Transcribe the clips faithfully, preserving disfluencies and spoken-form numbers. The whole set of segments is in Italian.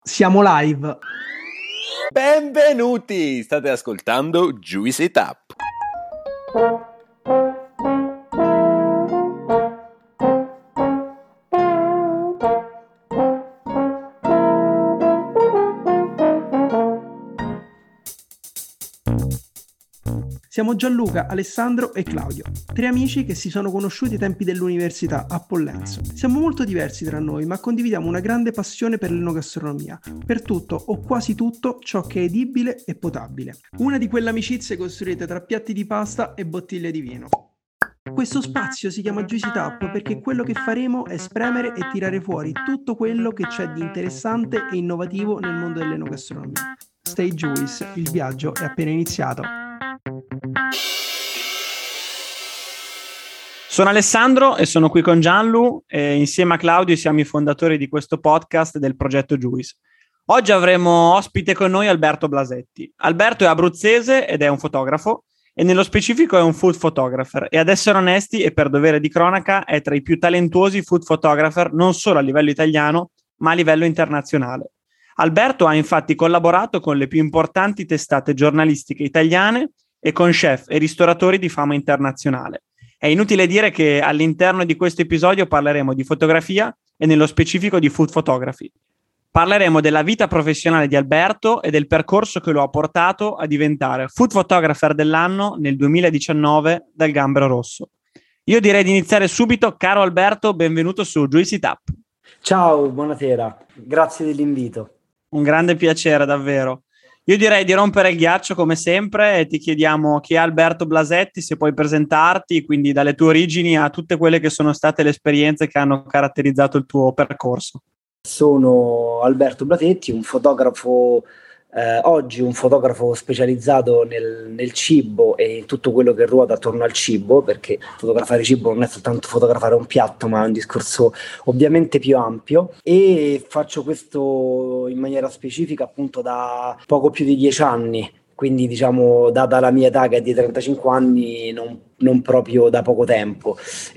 Siamo live. Benvenuti! State ascoltando Juice It Up. Siamo Gianluca, Alessandro e Claudio, tre amici che si sono conosciuti ai tempi dell'università a Pollenzo. Siamo molto diversi tra noi, ma condividiamo una grande passione per l'enogastronomia, per tutto o quasi tutto ciò che è edibile e potabile. Una di quelle amicizie costruite tra piatti di pasta e bottiglie di vino. Questo spazio si chiama Juice It Up perché quello che faremo è spremere e tirare fuori tutto quello che c'è di interessante e innovativo nel mondo dell'enogastronomia. Stay Juice, il viaggio è appena iniziato. Sono Alessandro e sono qui con Gianlu e insieme a Claudio siamo i fondatori di questo podcast del progetto Juice. Oggi avremo ospite con noi Alberto Blasetti. Alberto è abruzzese ed è un fotografo e nello specifico è un food photographer e ad essere onesti e per dovere di cronaca è tra i più talentuosi food photographer non solo a livello italiano ma a livello internazionale. Alberto ha infatti collaborato con le più importanti testate giornalistiche italiane e con chef e ristoratori di fama internazionale. È inutile dire che all'interno di questo episodio parleremo di fotografia e nello specifico di food photography. Parleremo della vita professionale di Alberto e del percorso che lo ha portato a diventare food photographer dell'anno nel duemiladiciannove dal Gambero Rosso. Io direi di iniziare subito. Caro Alberto, benvenuto su Juice It Up. Ciao, buonasera, grazie dell'invito. Un grande piacere, davvero. Io direi di rompere il ghiaccio come sempre e ti chiediamo chi è Alberto Blasetti, se puoi presentarti, quindi dalle tue origini a tutte quelle che sono state le esperienze che hanno caratterizzato il tuo percorso. Sono Alberto Blasetti, un fotografo, eh, oggi un fotografo specializzato nel, nel cibo e in tutto quello che ruota attorno al cibo, perché fotografare cibo non è soltanto fotografare un piatto, ma è un discorso ovviamente più ampio, e faccio questo in maniera specifica appunto da poco più di dieci anni, quindi diciamo data la mia età che è di trentacinque anni non, non proprio da poco tempo.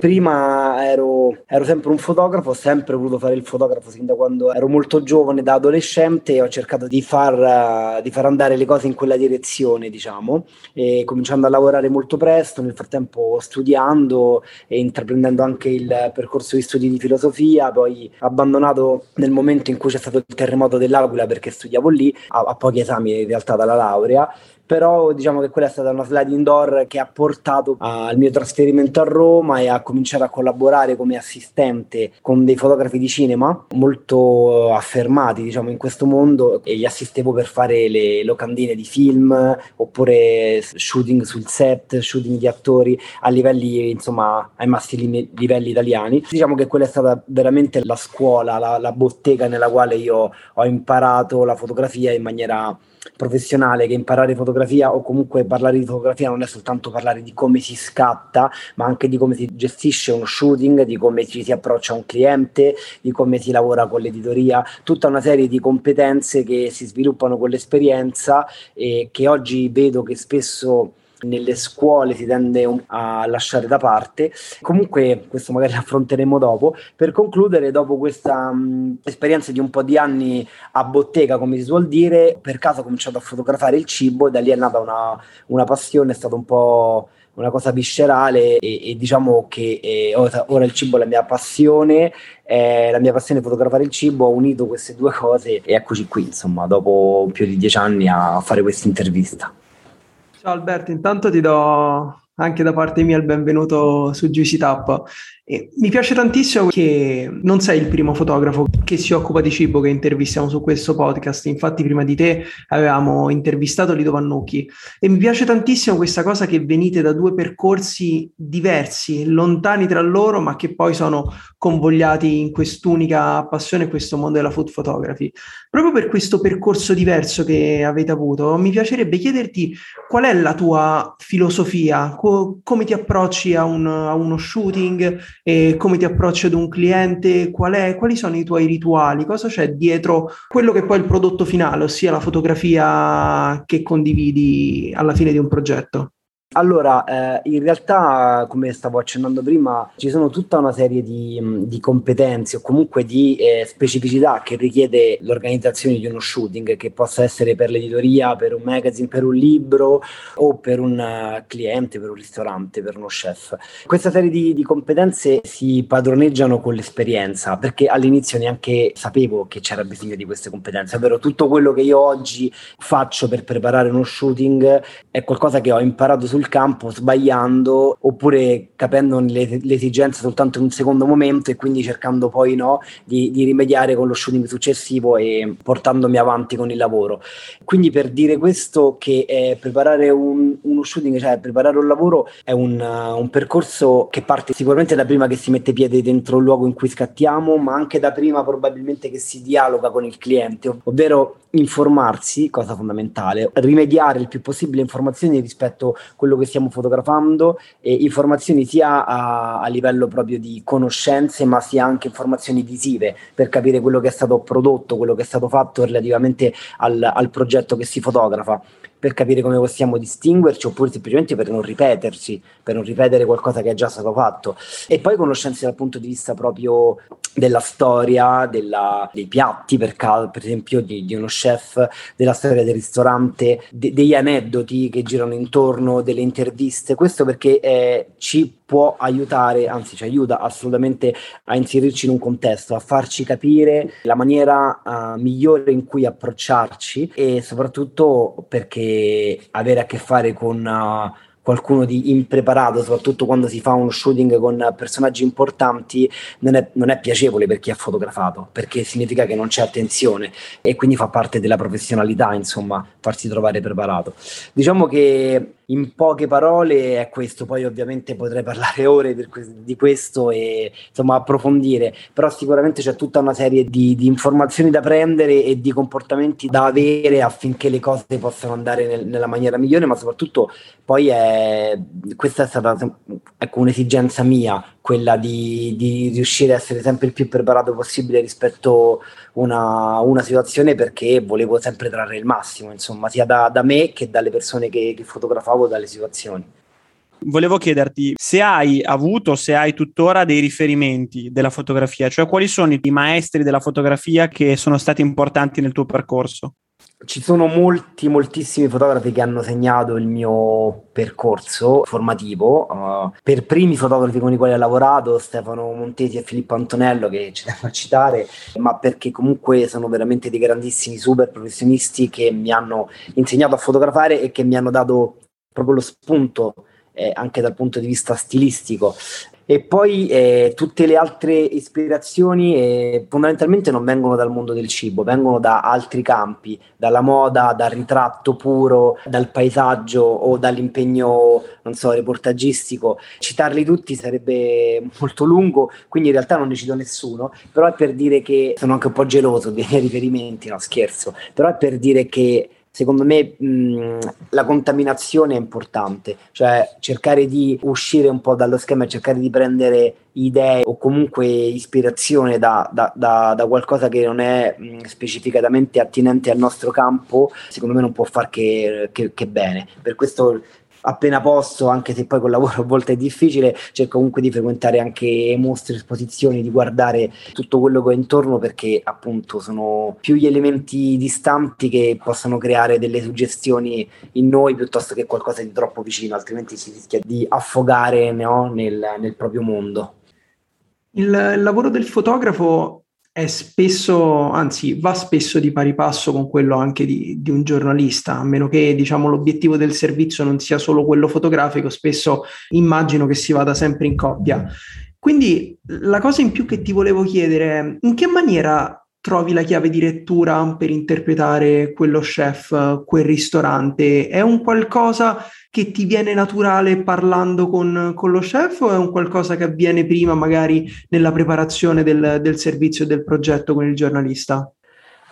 Prima ero, ero sempre un fotografo, ho sempre voluto fare il fotografo sin da quando ero molto giovane, da adolescente, e ho cercato di far, di far andare le cose in quella direzione, diciamo, e cominciando a lavorare molto presto, nel frattempo studiando e intraprendendo anche il percorso di studi di filosofia, poi abbandonato nel momento in cui c'è stato il terremoto dell'Aquila perché studiavo lì, a, a pochi esami in realtà dalla laurea. Però diciamo che quella è stata una sliding door che ha portato al mio trasferimento a Roma e a cominciare a collaborare come assistente con dei fotografi di cinema molto affermati, diciamo, in questo mondo, e gli assistevo per fare le locandine di film oppure shooting sul set, shooting di attori a livelli, insomma, ai massimi livelli italiani. Diciamo che quella è stata veramente la scuola, la, la bottega nella quale io ho imparato la fotografia in maniera professionale, che imparare fotografia o comunque parlare di fotografia non è soltanto parlare di come si scatta, ma anche di come si gestisce uno shooting, di come ci si approccia a un cliente, di come si lavora con l'editoria, tutta una serie di competenze che si sviluppano con l'esperienza e che oggi vedo che spesso nelle scuole si tende a lasciare da parte. Comunque questo magari l'affronteremo dopo. Per concludere, dopo questa mh, esperienza di un po' di anni a bottega, come si suol dire, per caso ho cominciato a fotografare il cibo e da lì è nata una, una passione, è stata un po' una cosa viscerale e, e diciamo che eh, ora, ora il cibo è la mia passione, eh, la mia passione è fotografare il cibo, ho unito queste due cose e eccoci qui, insomma, dopo più di dieci anni a fare questa intervista. Ciao Alberto, intanto ti do anche da parte mia il benvenuto su Juice It Up. E mi piace tantissimo che non sei il primo fotografo che si occupa di cibo che intervistiamo su questo podcast. Infatti prima di te avevamo intervistato Lido Vannucchi e mi piace tantissimo questa cosa che venite da due percorsi diversi, lontani tra loro, ma che poi sono convogliati in quest'unica passione, questo mondo della food photography. Proprio per questo percorso diverso che avete avuto, mi piacerebbe chiederti qual è la tua filosofia, co- come ti approcci a, un, a uno shooting, e come ti approcci ad un cliente, qual è, quali sono i tuoi rituali, cosa c'è dietro quello che poi è il prodotto finale, ossia la fotografia che condividi alla fine di un progetto. Allora, eh, in realtà, come stavo accennando prima, ci sono tutta una serie di, di competenze o comunque di eh, specificità che richiede l'organizzazione di uno shooting, che possa essere per l'editoria, per un magazine, per un libro o per un uh, cliente, per un ristorante, per uno chef. Questa serie di, di competenze si padroneggiano con l'esperienza, perché all'inizio neanche sapevo che c'era bisogno di queste competenze, ovvero tutto quello che io oggi faccio per preparare uno shooting è qualcosa che ho imparato sul campo sbagliando oppure capendo le, le esigenze soltanto in un secondo momento e quindi cercando poi no, di, di rimediare con lo shooting successivo e portandomi avanti con il lavoro. Quindi per dire questo che eh, preparare un, uno shooting, cioè preparare un lavoro è un, uh, un percorso che parte sicuramente da prima che si mette piede dentro il luogo in cui scattiamo, ma anche da prima probabilmente che si dialoga con il cliente, ov- ovvero informarsi, cosa fondamentale, rimediare il più possibile informazioni rispetto a quello che stiamo fotografando, e informazioni sia a, a livello proprio di conoscenze, ma sia anche informazioni visive per capire quello che è stato prodotto, quello che è stato fatto relativamente al, al progetto che si fotografa, per capire come possiamo distinguerci oppure semplicemente per non ripeterci, per non ripetere qualcosa che è già stato fatto. E poi conoscenze dal punto di vista proprio della storia, della, dei piatti, per, caso, per esempio di, di uno chef, della storia del ristorante, de, degli aneddoti che girano intorno, delle interviste. Questo perché eh, ci può aiutare, anzi ci aiuta assolutamente a inserirci in un contesto, a farci capire la maniera uh, migliore in cui approcciarci, e soprattutto perché avere a che fare con uh, qualcuno di impreparato, soprattutto quando si fa uno shooting con personaggi importanti, non è, non è piacevole per chi ha fotografato, perché significa che non c'è attenzione e quindi fa parte della professionalità, insomma, farsi trovare preparato. Diciamo che in poche parole è questo, poi ovviamente potrei parlare ore per que- di questo e insomma approfondire, però sicuramente c'è tutta una serie di, di informazioni da prendere e di comportamenti da avere affinché le cose possano andare nel, nella maniera migliore, ma soprattutto poi è, questa è stata ecco, un'esigenza mia, quella di, di riuscire a essere sempre il più preparato possibile rispetto una, una situazione, perché volevo sempre trarre il massimo, insomma, sia da, da me che dalle persone che, che fotografavo, dalle situazioni. Volevo chiederti se hai avuto, se hai tuttora dei riferimenti della fotografia, cioè quali sono i maestri della fotografia che sono stati importanti nel tuo percorso? Ci sono molti, moltissimi fotografi che hanno segnato il mio percorso formativo. Uh, per primi fotografi con i quali ho lavorato, Stefano Montesi e Filippo Antonello, che ci devo citare, ma perché comunque sono veramente dei grandissimi super professionisti che mi hanno insegnato a fotografare e che mi hanno dato proprio lo spunto eh, anche dal punto di vista stilistico. E poi eh, tutte le altre ispirazioni eh, fondamentalmente non vengono dal mondo del cibo, vengono da altri campi, dalla moda, dal ritratto puro, dal paesaggio o dall'impegno, non so, reportagistico. Citarli tutti sarebbe molto lungo, quindi in realtà non ne cito nessuno, però è per dire che sono anche un po' geloso dei miei riferimenti, no scherzo, però è per dire che secondo me mh, la contaminazione è importante, cioè cercare di uscire un po' dallo schema e cercare di prendere idee o comunque ispirazione da, da, da, da qualcosa che non è mh, specificatamente attinente al nostro campo, secondo me non può far che, che, che bene. Per questo appena posso, anche se poi col lavoro a volte è difficile, cerco comunque di frequentare anche mostre, esposizioni, di guardare tutto quello che ho intorno, perché appunto sono più gli elementi distanti che possano creare delle suggestioni in noi piuttosto che qualcosa di troppo vicino, altrimenti si rischia di affogare, no, nel, nel proprio mondo. Il, il lavoro del fotografo è spesso, anzi va spesso di pari passo con quello anche di, di un giornalista, a meno che diciamo l'obiettivo del servizio non sia solo quello fotografico, spesso immagino che si vada sempre in coppia. Quindi la cosa in più che ti volevo chiedere è: in che maniera trovi la chiave di lettura per interpretare quello chef, quel ristorante? È un qualcosa che ti viene naturale parlando con, con lo chef, o è un qualcosa che avviene prima magari nella preparazione del, del servizio e del progetto con il giornalista?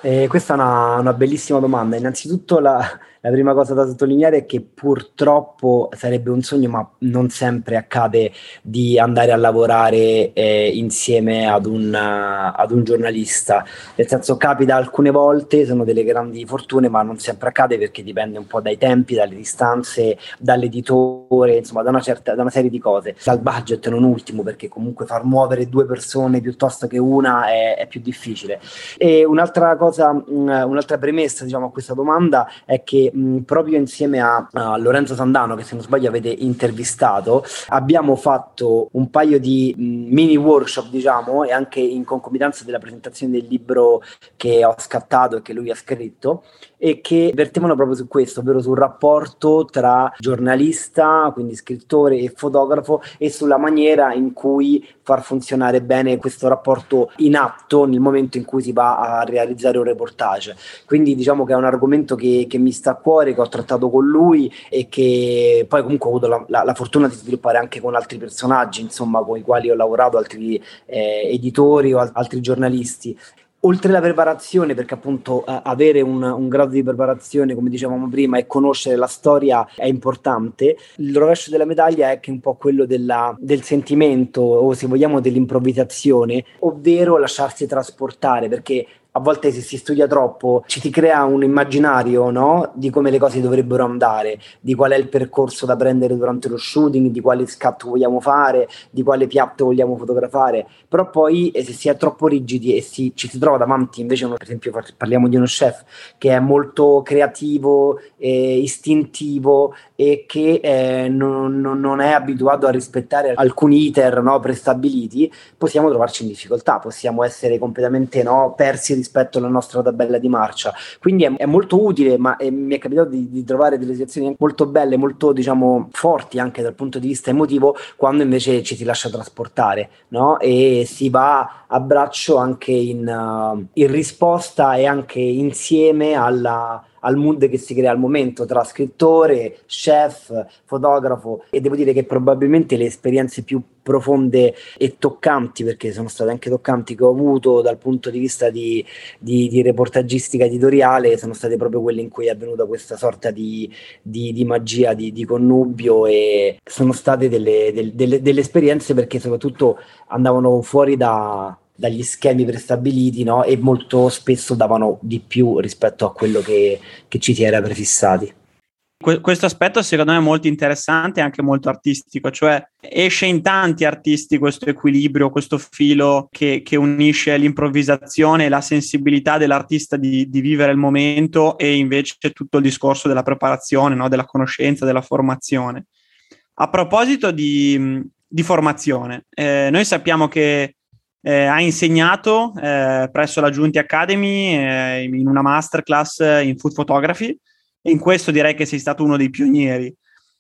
Eh, questa è una, una bellissima domanda. Innanzitutto la, la prima cosa da sottolineare è che purtroppo sarebbe un sogno, ma non sempre accade, di andare a lavorare eh, insieme ad un, uh, ad un giornalista. Nel senso, capita alcune volte, sono delle grandi fortune, ma non sempre accade perché dipende un po' dai tempi, dalle distanze, dall'editore, insomma da una, certa, da una serie di cose. Dal budget non ultimo, perché comunque far muovere due persone piuttosto che una è, è più difficile. E un'altra cosa un'altra premessa, diciamo, a questa domanda è che mh, proprio insieme a, a Lorenzo Sandano, che se non sbaglio avete intervistato, abbiamo fatto un paio di mh, mini workshop, diciamo, e anche in concomitanza della presentazione del libro che ho scattato e che lui ha scritto, e che vertevano proprio su questo, ovvero sul rapporto tra giornalista, quindi scrittore, e fotografo, e sulla maniera in cui far funzionare bene questo rapporto in atto nel momento in cui si va a realizzare un reportage. Quindi diciamo che è un argomento che, che mi sta a cuore, che ho trattato con lui e che poi comunque ho avuto la, la, la fortuna di sviluppare anche con altri personaggi, insomma, con i quali ho lavorato, altri eh, editori o al- altri giornalisti. Oltre alla preparazione, perché appunto eh, avere un, un grado di preparazione, come dicevamo prima, e conoscere la storia è importante, il rovescio della medaglia è anche un po' quello della, del sentimento, o se vogliamo dell'improvvisazione, ovvero lasciarsi trasportare, perché a volte se si studia troppo ci si crea un immaginario, no? Di come le cose dovrebbero andare, di qual è il percorso da prendere durante lo shooting, di quale scatto vogliamo fare, di quale piatto vogliamo fotografare, però poi eh, se si è troppo rigidi e si, ci si trova davanti invece, uno, per esempio parliamo di uno chef che è molto creativo, eh, istintivo e che eh, non, non, non è abituato a rispettare alcuni iter, no, prestabiliti, possiamo trovarci in difficoltà, possiamo essere completamente, no, persi rispetto alla nostra tabella di marcia. Quindi è, è molto utile, ma è, mi è capitato di, di trovare delle situazioni molto belle, molto, diciamo, forti anche dal punto di vista emotivo, quando invece ci si lascia trasportare, no? E si va a braccio anche in, uh, in risposta e anche insieme alla al mood che si crea al momento tra scrittore, chef, fotografo, e devo dire che probabilmente le esperienze più profonde e toccanti, perché sono state anche toccanti, che ho avuto dal punto di vista di, di, di reportagistica editoriale, sono state proprio quelle in cui è avvenuta questa sorta di, di, di magia, di, di connubio, e sono state delle, delle, delle, delle esperienze perché soprattutto andavano fuori da dagli schemi prestabiliti, no? E molto spesso davano di più rispetto a quello che, che ci si era prefissati. Questo aspetto secondo me è molto interessante e anche molto artistico, cioè esce in tanti artisti questo equilibrio, questo filo che, che unisce l'improvvisazione e la sensibilità dell'artista di, di vivere il momento, e invece tutto il discorso della preparazione, no? Della conoscenza, della formazione. A proposito di, di formazione, eh, noi sappiamo che Eh, ha insegnato eh, presso la Giunti Academy eh, in una masterclass in food photography, e in questo direi che sei stato uno dei pionieri.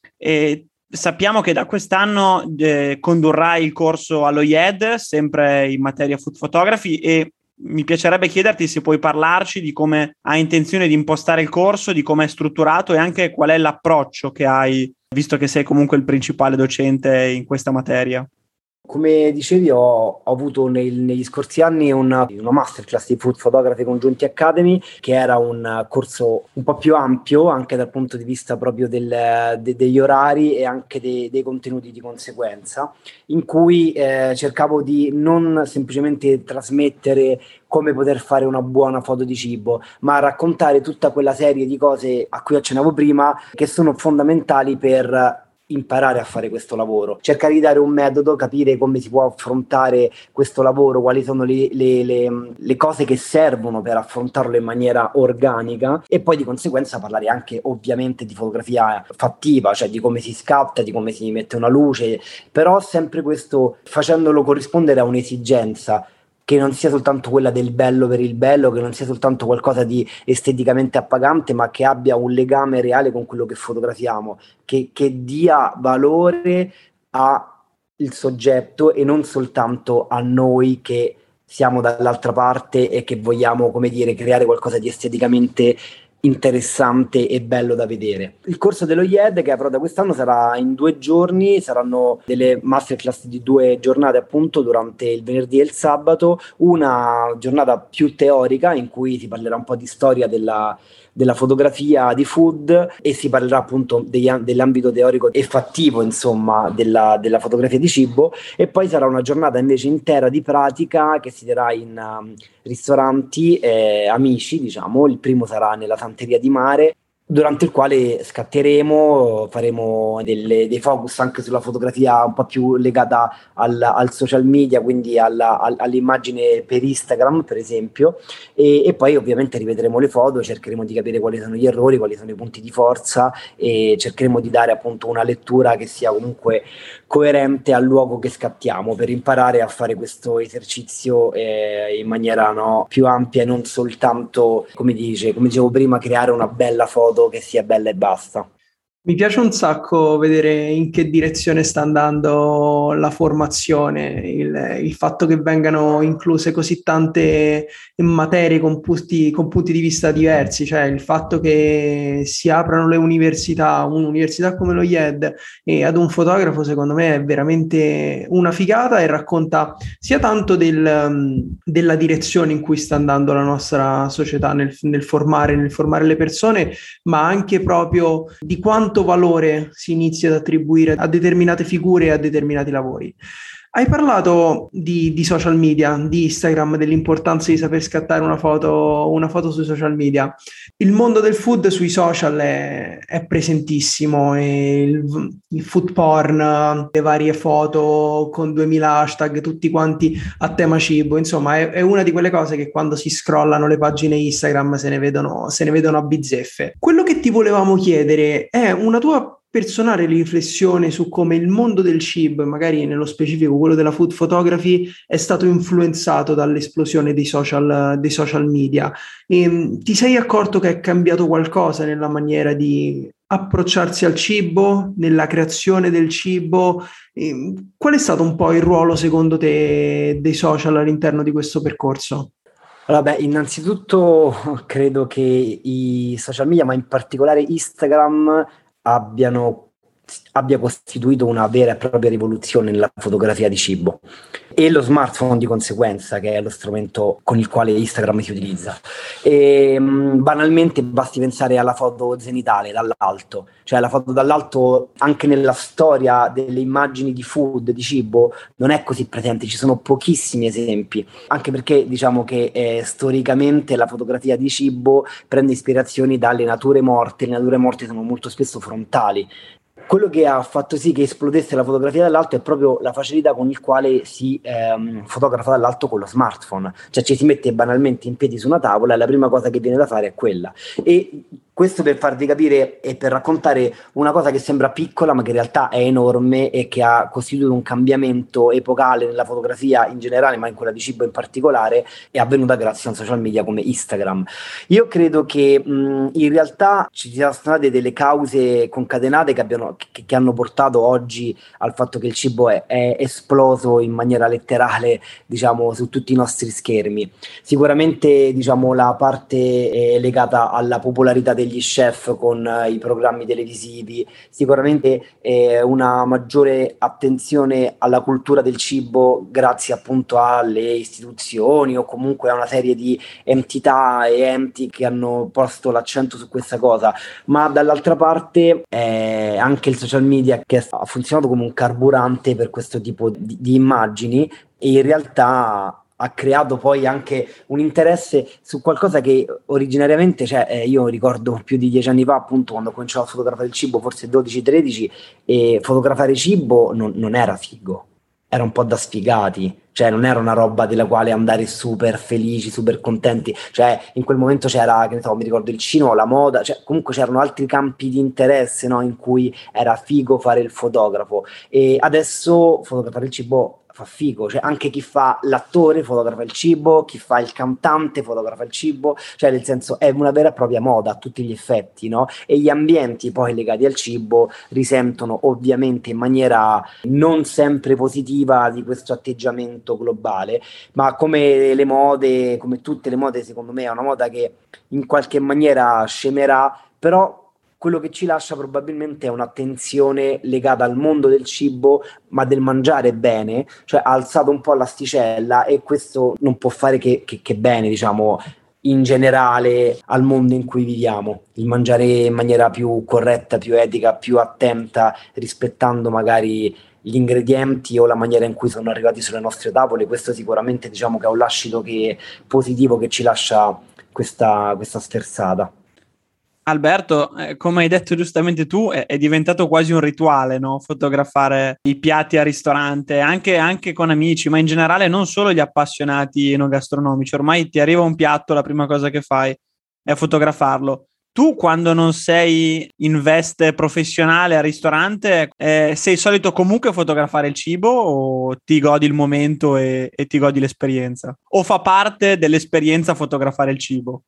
E sappiamo che da quest'anno eh, condurrai il corso allo I E D, sempre in materia food photography, e mi piacerebbe chiederti se puoi parlarci di come hai intenzione di impostare il corso, di come è strutturato e anche qual è l'approccio che hai, visto che sei comunque il principale docente in questa materia. Come dicevi, ho, ho avuto nel, negli scorsi anni una, una masterclass di Food Photography con Giunti Academy, che era un corso un po' più ampio anche dal punto di vista proprio del, de, degli orari e anche de, dei contenuti di conseguenza, in cui eh, cercavo di non semplicemente trasmettere come poter fare una buona foto di cibo, ma raccontare tutta quella serie di cose a cui accennavo prima, che sono fondamentali per imparare a fare questo lavoro, cercare di dare un metodo, capire come si può affrontare questo lavoro, quali sono le, le, le, le cose che servono per affrontarlo in maniera organica, e poi di conseguenza parlare anche ovviamente di fotografia fattiva, cioè di come si scatta, di come si mette una luce, però sempre questo facendolo corrispondere a un'esigenza che non sia soltanto quella del bello per il bello, che non sia soltanto qualcosa di esteticamente appagante, ma che abbia un legame reale con quello che fotografiamo, che, che dia valore al soggetto e non soltanto a noi che siamo dall'altra parte e che vogliamo, come dire, creare qualcosa di esteticamente interessante e bello da vedere. Il corso dello I E D, che avrò da quest'anno, sarà in due giorni, saranno delle masterclass di due giornate appunto durante il venerdì e il sabato, una giornata più teorica in cui si parlerà un po' di storia della della fotografia di food e si parlerà appunto degli, dell'ambito teorico e fattivo insomma della, della fotografia di cibo, e poi sarà una giornata invece intera di pratica che si terrà in um, ristoranti eh, amici, diciamo. Il primo sarà nella Santeria di Mare, durante il quale scatteremo, faremo delle, dei focus anche sulla fotografia un po' più legata al, al social media, quindi alla, all, all'immagine per Instagram per esempio, e, e poi ovviamente rivedremo le foto, cercheremo di capire quali sono gli errori, quali sono i punti di forza, e cercheremo di dare appunto una lettura che sia comunque coerente al luogo che scattiamo, per imparare a fare questo esercizio eh, in maniera no, più ampia e non soltanto, come dice, come dicevo prima, creare una bella foto che sia bella e basta. Mi piace un sacco vedere in che direzione sta andando la formazione, il, il fatto che vengano incluse così tante materie con punti, con punti di vista diversi, cioè il fatto che si aprano le università, un'università come lo I E D, e ad un fotografo secondo me è veramente una figata, e racconta sia tanto del, della direzione in cui sta andando la nostra società nel, nel formare, nel formare le persone, ma anche proprio di quanto valore si inizia ad attribuire a determinate figure e a determinati lavori. Hai parlato di, di social media, di Instagram, dell'importanza di saper scattare una foto, una foto sui social media. Il mondo del food sui social è, è presentissimo, e il, il food porn, le varie foto con duemila hashtag, tutti quanti a tema cibo, insomma è, è una di quelle cose che quando si scrollano le pagine Instagram se ne vedono, se ne vedono a bizzeffe. Quello che ti volevamo chiedere è una tua personale riflessione su come il mondo del cibo, magari nello specifico quello della food photography, è stato influenzato dall'esplosione dei social, dei social media. E, ti sei accorto che è cambiato qualcosa nella maniera di approcciarsi al cibo, nella creazione del cibo? E, qual è stato un po' il ruolo secondo te dei social all'interno di questo percorso? Allora, beh, innanzitutto credo che i social media, ma in particolare Instagram, abbiano abbia costituito una vera e propria rivoluzione nella fotografia di cibo, e lo smartphone di conseguenza, che è lo strumento con il quale Instagram si utilizza. E mh, banalmente basti pensare alla foto zenitale dall'alto, cioè la foto dall'alto anche nella storia delle immagini di food, di cibo, non è così presente, ci sono pochissimi esempi, anche perché diciamo che eh, storicamente la fotografia di cibo prende ispirazioni dalle nature morte. Le nature morte sono molto spesso frontali. Quello che ha fatto sì che esplodesse la fotografia dall'alto è proprio la facilità con il quale si ehm, fotografa dall'alto con lo smartphone, cioè ci si mette banalmente in piedi su una tavola e la prima cosa che viene da fare è quella. E questo per farvi capire e per raccontare una cosa che sembra piccola ma che in realtà è enorme e che ha costituito un cambiamento epocale nella fotografia in generale, ma in quella di cibo in particolare, è avvenuta grazie a un social media come Instagram. Io credo che mh, in realtà ci siano state delle cause concatenate che, abbiano, che, che hanno portato oggi al fatto che il cibo è, è esploso in maniera letterale, diciamo, su tutti i nostri schermi. Sicuramente, diciamo, la parte è legata alla popolarità degli chef con uh, i programmi televisivi, sicuramente eh, una maggiore attenzione alla cultura del cibo grazie appunto alle istituzioni o comunque a una serie di entità e enti che hanno posto l'accento su questa cosa, ma dall'altra parte eh, anche il social media, che ha funzionato come un carburante per questo tipo di, di immagini, e in realtà ha creato poi anche un interesse su qualcosa che originariamente, cioè eh, io ricordo più di dieci anni fa, appunto, quando ho cominciato a fotografare il cibo, forse dodici tredici, e fotografare cibo non, non era figo, era un po' da sfigati, cioè non era una roba della quale andare super felici, super contenti, cioè in quel momento c'era, che ne so, mi ricordo il cinema, la moda, cioè comunque c'erano altri campi di interesse, no, in cui era figo fare il fotografo, e adesso fotografare il cibo fa figo, cioè anche chi fa l'attore fotografa il cibo, chi fa il cantante fotografa il cibo, cioè nel senso è una vera e propria moda a tutti gli effetti, no? E gli ambienti poi legati al cibo risentono ovviamente in maniera non sempre positiva di questo atteggiamento globale, ma come le mode, come tutte le mode, secondo me è una moda che in qualche maniera scemerà, però quello che ci lascia probabilmente è un'attenzione legata al mondo del cibo, ma del mangiare bene, cioè ha alzato un po' l'asticella, e questo non può fare che, che, che bene, diciamo, in generale al mondo in cui viviamo. Il mangiare in maniera più corretta, più etica, più attenta, rispettando magari gli ingredienti o la maniera in cui sono arrivati sulle nostre tavole, questo sicuramente diciamo che è un lascito che, positivo, che ci lascia questa, questa sterzata. Alberto, eh, come hai detto giustamente tu, è, è diventato quasi un rituale, no? Fotografare i piatti al ristorante, anche, anche con amici, ma in generale non solo gli appassionati enogastronomici. Ormai ti arriva un piatto, la prima cosa che fai è fotografarlo. Tu, quando non sei in veste professionale al ristorante, eh, sei solito comunque fotografare il cibo, o ti godi il momento e, e ti godi l'esperienza? O fa parte dell'esperienza fotografare il cibo?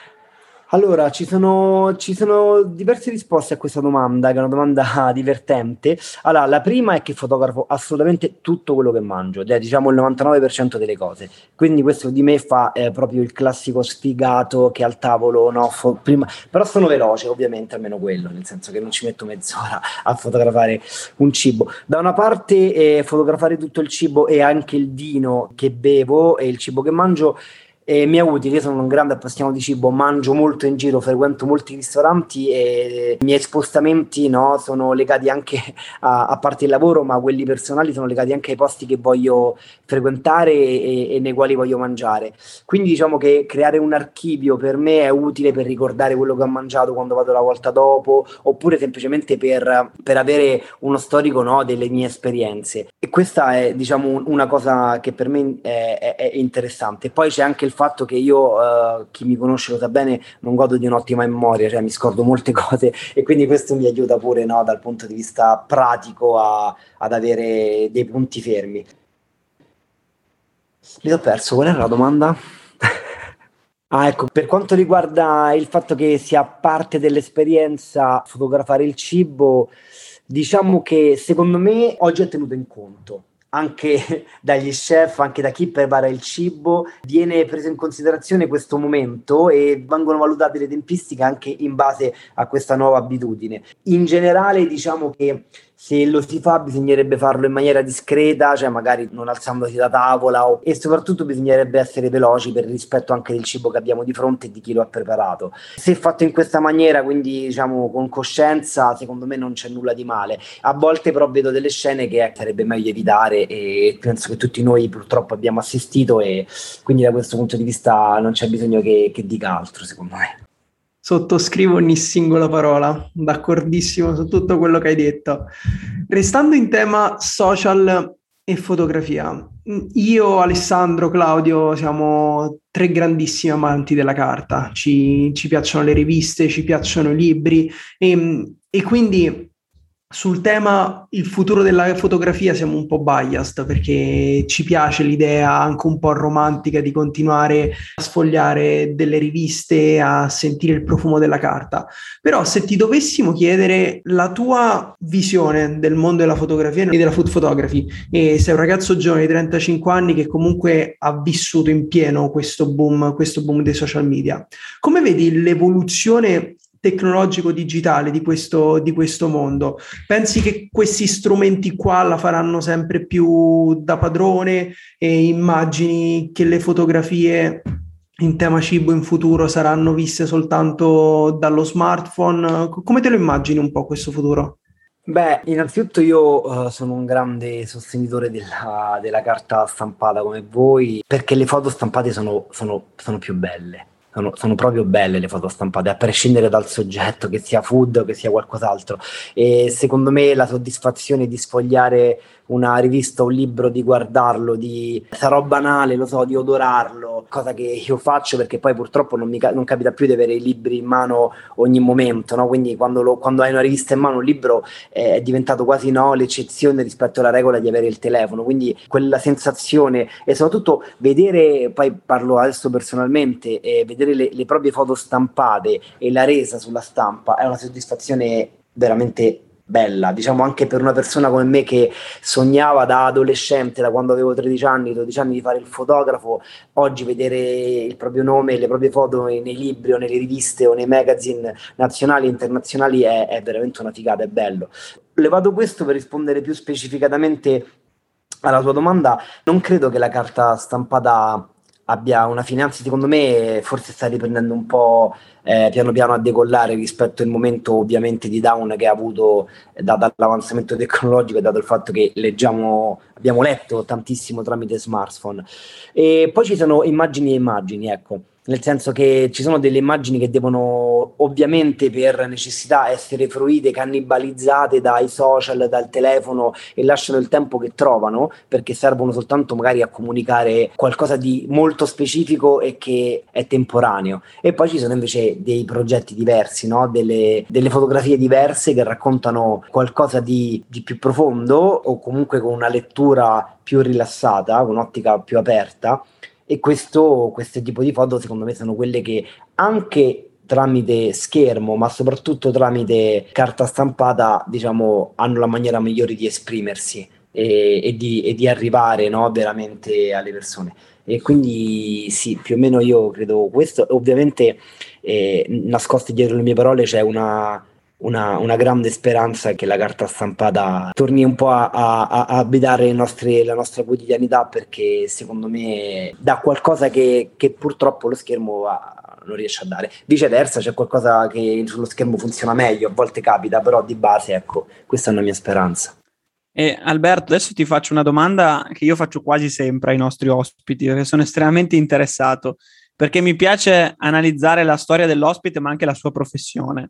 Allora, ci sono, ci sono diverse risposte a questa domanda, che è una domanda divertente. Allora, la prima è che fotografo assolutamente tutto quello che mangio, ed è diciamo il novantanove per cento delle cose. Quindi questo di me fa eh, proprio il classico sfigato che al tavolo, no, fo- prima, però sono veloce, ovviamente, almeno quello, nel senso che non ci metto mezz'ora a fotografare un cibo. Da una parte eh, fotografare tutto il cibo e anche il vino che bevo e il cibo che mangio e mi è utile. Io sono un grande appassionato di cibo, mangio molto in giro, frequento molti ristoranti e i miei spostamenti, no, sono legati anche a, a parte il lavoro, ma quelli personali sono legati anche ai posti che voglio frequentare e, e nei quali voglio mangiare. Quindi diciamo che creare un archivio per me è utile per ricordare quello che ho mangiato quando vado la volta dopo, oppure semplicemente per, per avere uno storico, no, delle mie esperienze. E questa è diciamo una cosa che per me è, è, è interessante. Poi c'è anche il fatto che io, uh, chi mi conosce lo sa bene, non godo di un'ottima memoria, cioè mi scordo molte cose, e quindi questo mi aiuta pure, no, dal punto di vista pratico a, ad avere dei punti fermi. Mi ho perso, qual era la domanda? Ah, ecco, per quanto riguarda il fatto che sia parte dell'esperienza fotografare il cibo, diciamo che secondo me oggi è tenuto in conto anche dagli chef, anche da chi prepara il cibo, viene preso in considerazione questo momento e vengono valutate le tempistiche anche in base a questa nuova abitudine. In generale diciamo che se lo si fa bisognerebbe farlo in maniera discreta, cioè magari non alzandosi da tavola, o, e soprattutto bisognerebbe essere veloci per il rispetto anche del cibo che abbiamo di fronte e di chi lo ha preparato. Se fatto in questa maniera, quindi diciamo con coscienza, secondo me non c'è nulla di male. A volte però vedo delle scene che sarebbe meglio evitare, e penso che tutti noi purtroppo abbiamo assistito, e quindi da questo punto di vista non c'è bisogno che, che dica altro, secondo me. Sottoscrivo ogni singola parola, d'accordissimo su tutto quello che hai detto. Restando in tema social e fotografia, io, Alessandro, Claudio siamo tre grandissimi amanti della carta, ci, ci piacciono le riviste, ci piacciono i libri e, e quindi sul tema il futuro della fotografia siamo un po' biased, perché ci piace l'idea anche un po' romantica di continuare a sfogliare delle riviste, a sentire il profumo della carta. Però se ti dovessimo chiedere la tua visione del mondo della fotografia e della food photography, e sei un ragazzo giovane di trentacinque anni che comunque ha vissuto in pieno questo boom, questo boom dei social media, come vedi l'evoluzione tecnologico digitale di questo, di questo mondo? Pensi che questi strumenti qua la faranno sempre più da padrone e immagini che le fotografie in tema cibo in futuro saranno viste soltanto dallo smartphone? Come te lo immagini un po' questo futuro? Beh, innanzitutto io uh, sono un grande sostenitore della, della carta stampata come voi, perché le foto stampate sono, sono, sono più belle. Sono, sono proprio belle le foto stampate, a prescindere dal soggetto, che sia food o che sia qualcos'altro. E secondo me la soddisfazione di sfogliare una rivista, un libro, di guardarlo, di sarò banale, lo so, di odorarlo, cosa che io faccio perché poi purtroppo non mi non capita più di avere i libri in mano ogni momento, no? Quindi quando, lo, quando hai una rivista in mano, un libro eh, è diventato quasi no, l'eccezione rispetto alla regola di avere il telefono, quindi quella sensazione e soprattutto vedere, poi parlo adesso personalmente, eh, vedere le, le proprie foto stampate e la resa sulla stampa è una soddisfazione veramente bella, diciamo, anche per una persona come me che sognava da adolescente, da quando avevo tredici anni, dodici anni, di fare il fotografo. Oggi vedere il proprio nome e le proprie foto nei libri o nelle riviste o nei magazine nazionali e internazionali è, è veramente una figata, è bello. Levato questo, per rispondere più specificatamente alla tua domanda, non credo che la carta stampata abbia una finanza, secondo me forse sta riprendendo un po' eh, piano piano a decollare rispetto al momento ovviamente di down che ha avuto eh, dato l'avanzamento tecnologico e dato il fatto che leggiamo, abbiamo letto tantissimo tramite smartphone. E poi ci sono immagini e immagini, ecco, nel senso che ci sono delle immagini che devono ovviamente per necessità essere fruite, cannibalizzate dai social, dal telefono, e lasciano il tempo che trovano perché servono soltanto magari a comunicare qualcosa di molto specifico e che è temporaneo. E poi ci sono invece dei progetti diversi, no? delle, delle fotografie diverse che raccontano qualcosa di, di più profondo o comunque con una lettura più rilassata, con un'ottica più aperta. E questo, questo tipo di foto secondo me sono quelle che anche tramite schermo, ma soprattutto tramite carta stampata, diciamo, hanno la maniera migliore di esprimersi e, e, di, e di arrivare, no, veramente alle persone. E quindi sì, più o meno io credo questo. Ovviamente eh, nascoste dietro le mie parole c'è una Una, una grande speranza che la carta stampata torni un po' a, a, a abitare nostre, la nostra quotidianità, perché secondo me dà qualcosa che, che purtroppo lo schermo ha, non riesce a dare. Viceversa, c'è qualcosa che sullo schermo funziona meglio, a volte capita, però di base, ecco, questa è una mia speranza. E Alberto, adesso ti faccio una domanda che io faccio quasi sempre ai nostri ospiti, perché sono estremamente interessato, perché mi piace analizzare la storia dell'ospite, ma anche la sua professione.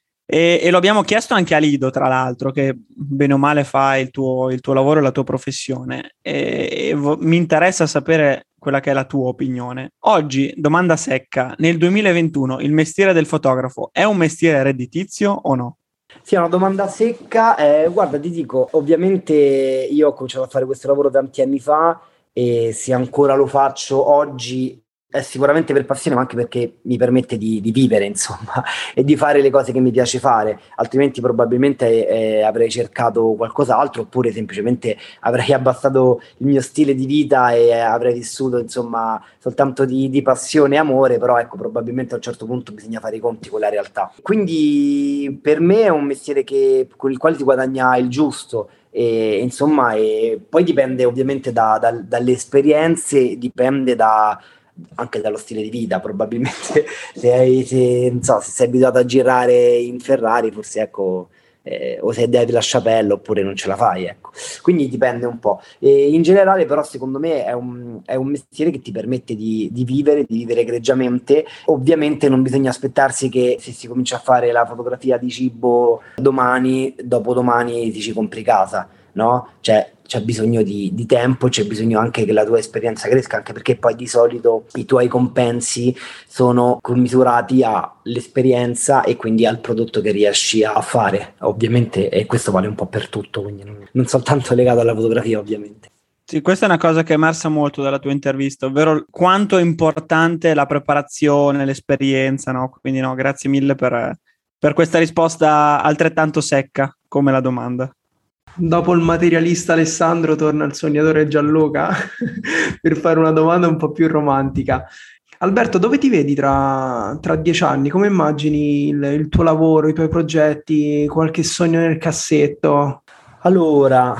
E, e lo abbiamo chiesto anche a Lido, tra l'altro, che bene o male fa il tuo, il tuo lavoro e la tua professione, e, e vo- mi interessa sapere quella che è la tua opinione. Oggi, domanda secca, nel duemilaventuno il mestiere del fotografo è un mestiere redditizio o no? Sì, è una domanda secca. Eh, guarda, ti dico, ovviamente io ho cominciato a fare questo lavoro tanti anni fa e se ancora lo faccio oggi è sicuramente per passione, ma anche perché mi permette di, di vivere, insomma, e di fare le cose che mi piace fare. Altrimenti probabilmente eh, avrei cercato qualcos'altro, oppure semplicemente avrei abbassato il mio stile di vita e eh, avrei vissuto, insomma, soltanto di, di passione e amore. Però ecco, probabilmente a un certo punto bisogna fare i conti con la realtà. Quindi per me è un mestiere che, con il quale si guadagna il giusto. E insomma, e poi dipende ovviamente da, da, dalle esperienze, dipende da anche dallo stile di vita. Probabilmente se, hai, se, non so, se sei abituato a girare in Ferrari, forse ecco, eh, o se devi la Chapelle oppure non ce la fai, ecco. Quindi dipende un po'. E in generale però secondo me è un, è un mestiere che ti permette di, di vivere, di vivere egregiamente. Ovviamente non bisogna aspettarsi che se si comincia a fare la fotografia di cibo domani, dopodomani ti ci compri casa, no? Cioè c'è bisogno di, di tempo, c'è bisogno anche che la tua esperienza cresca, anche perché poi di solito i tuoi compensi sono commisurati all'esperienza e quindi al prodotto che riesci a fare, ovviamente, e questo vale un po' per tutto, quindi non, non soltanto legato alla fotografia, ovviamente. Sì, questa è una cosa che è emersa molto dalla tua intervista, ovvero quanto è importante la preparazione, l'esperienza, no? Quindi no, grazie mille per, per questa risposta altrettanto secca come la domanda. Dopo il materialista Alessandro torna il sognatore Gianluca per fare una domanda un po' più romantica. Alberto, dove ti vedi tra, tra dieci anni? Come immagini il, il tuo lavoro, i tuoi progetti, qualche sogno nel cassetto? Allora,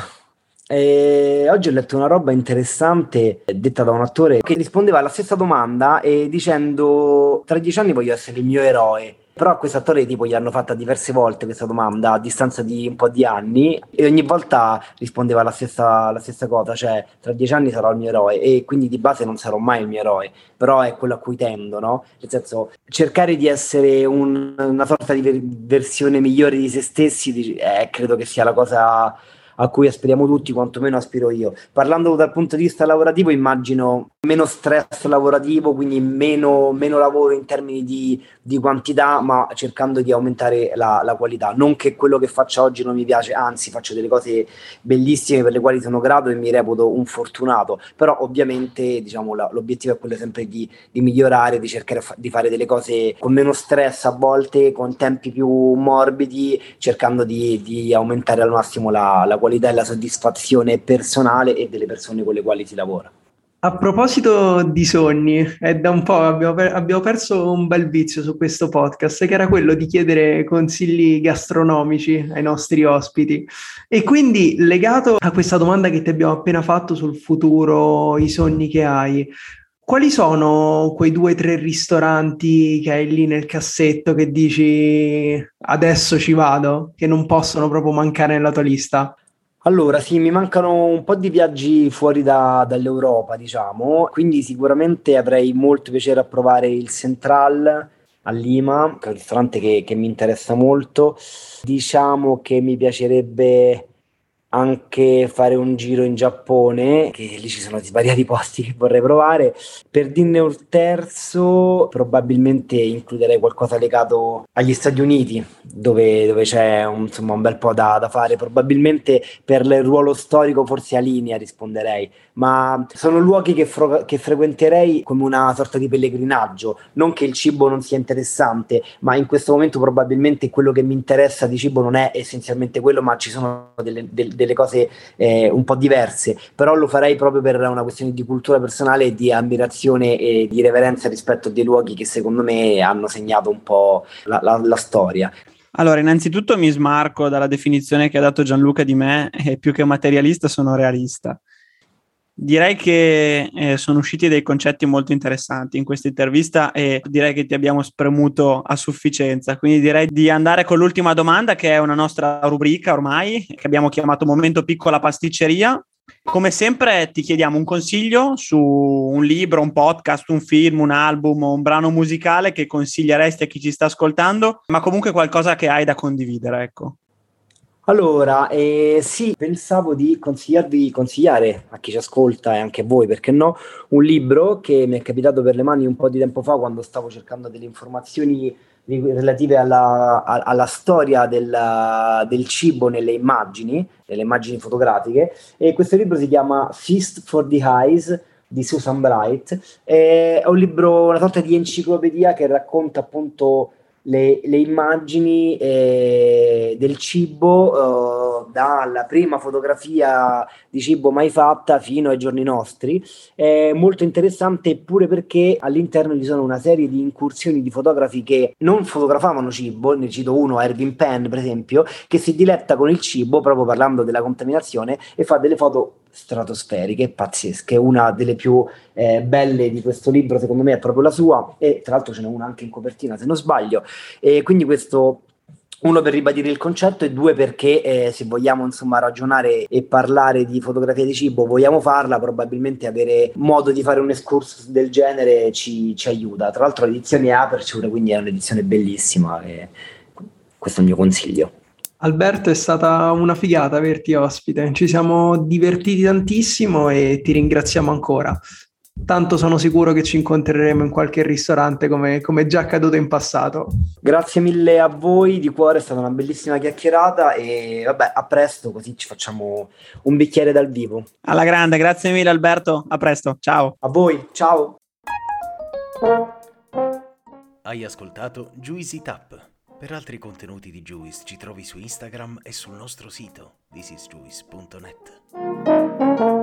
eh, oggi ho letto una roba interessante detta da un attore che rispondeva alla stessa domanda e dicendo: tra dieci anni voglio essere il mio eroe. Però a questo attore tipo gli hanno fatta diverse volte questa domanda a distanza di un po' di anni e ogni volta rispondeva la stessa, la stessa cosa, cioè tra dieci anni sarò il mio eroe, e quindi di base non sarò mai il mio eroe, però è quello a cui tendo, no? Nel senso, cercare di essere un, una sorta di ver- versione migliore di se stessi, eh, credo che sia la cosa a cui aspiriamo tutti, quantomeno aspiro io. Parlando dal punto di vista lavorativo, immagino meno stress lavorativo, quindi meno, meno lavoro in termini di, di quantità, ma cercando di aumentare la, la qualità. Non che quello che faccio oggi non mi piace, anzi faccio delle cose bellissime per le quali sono grato e mi reputo un fortunato, però ovviamente diciamo la, l'obiettivo è quello sempre di, di migliorare, di cercare fa- di fare delle cose con meno stress a volte, con tempi più morbidi, cercando di, di aumentare al massimo la, la qualità e la soddisfazione personale e delle persone con le quali si lavora. A proposito di sogni, è da un po' abbiamo, per- abbiamo perso un bel vizio su questo podcast, che era quello di chiedere consigli gastronomici ai nostri ospiti. E quindi, legato a questa domanda che ti abbiamo appena fatto sul futuro, i sogni che hai, quali sono quei due o tre ristoranti che hai lì nel cassetto che dici adesso ci vado, che non possono proprio mancare nella tua lista? Allora, sì, mi mancano un po' di viaggi fuori da- dall'Europa, diciamo, quindi sicuramente avrei molto piacere a provare il Central a Lima, che è un ristorante che, che mi interessa molto. Diciamo che mi piacerebbe anche fare un giro in Giappone, che lì ci sono svariati posti che vorrei provare. Per dirne un terzo, probabilmente includerei qualcosa legato agli Stati Uniti, dove, dove c'è un, insomma, un bel po' da, da fare. Probabilmente per il ruolo storico, forse a Linea risponderei, ma sono luoghi che, fro- che frequenterei come una sorta di pellegrinaggio. Non che il cibo non sia interessante, ma in questo momento probabilmente quello che mi interessa di cibo non è essenzialmente quello, ma ci sono delle, del- delle cose eh, un po' diverse, però lo farei proprio per una questione di cultura personale e di ammirazione e di reverenza rispetto a dei luoghi che secondo me hanno segnato un po' la, la, la storia. Allora, innanzitutto mi smarco dalla definizione che ha dato Gianluca di me, e più che materialista sono realista. Direi che eh, sono usciti dei concetti molto interessanti in questa intervista e direi che ti abbiamo spremuto a sufficienza, quindi direi di andare con l'ultima domanda, che è una nostra rubrica ormai, che abbiamo chiamato Momento Piccola Pasticceria. Come sempre ti chiediamo un consiglio su un libro, un podcast, un film, un album o un brano musicale che consiglieresti a chi ci sta ascoltando, ma comunque qualcosa che hai da condividere, ecco. Allora, eh, sì, pensavo di consigliarvi, consigliare a chi ci ascolta e anche a voi, perché no, un libro che mi è capitato per le mani un po' di tempo fa quando stavo cercando delle informazioni ri- relative alla, a- alla storia del, del cibo nelle immagini, nelle immagini fotografiche, e questo libro si chiama Feast for the Eyes di Susan Bright. È un libro, una sorta di enciclopedia che racconta appunto le, le immagini eh, del cibo, eh, dalla prima fotografia di cibo mai fatta fino ai giorni nostri. È molto interessante pure perché all'interno ci sono una serie di incursioni di fotografi che non fotografavano cibo, ne cito uno, Ervin Penn per esempio, che si diletta con il cibo, proprio parlando della contaminazione, e fa delle foto stratosferiche, pazzesche. Una delle più eh, belle di questo libro secondo me è proprio la sua, e tra l'altro ce n'è una anche in copertina se non sbaglio, e quindi questo, uno per ribadire il concetto, e due perché eh, se vogliamo insomma ragionare e parlare di fotografia di cibo, vogliamo farla, probabilmente avere modo di fare un excursus del genere ci, ci aiuta. Tra l'altro l'edizione è Aperture, quindi è un'edizione bellissima, e questo è il mio consiglio. Alberto, è stata una figata averti ospite, ci siamo divertiti tantissimo e ti ringraziamo ancora. Tanto sono sicuro che ci incontreremo in qualche ristorante come, come già accaduto in passato. Grazie mille a voi di cuore, è stata una bellissima chiacchierata e vabbè, a presto, così ci facciamo un bicchiere dal vivo. Alla grande, grazie mille Alberto, a presto, ciao. A voi, ciao! Hai ascoltato Juicy Tap. Per altri contenuti di Juice ci trovi su Instagram e sul nostro sito this is juice punto net.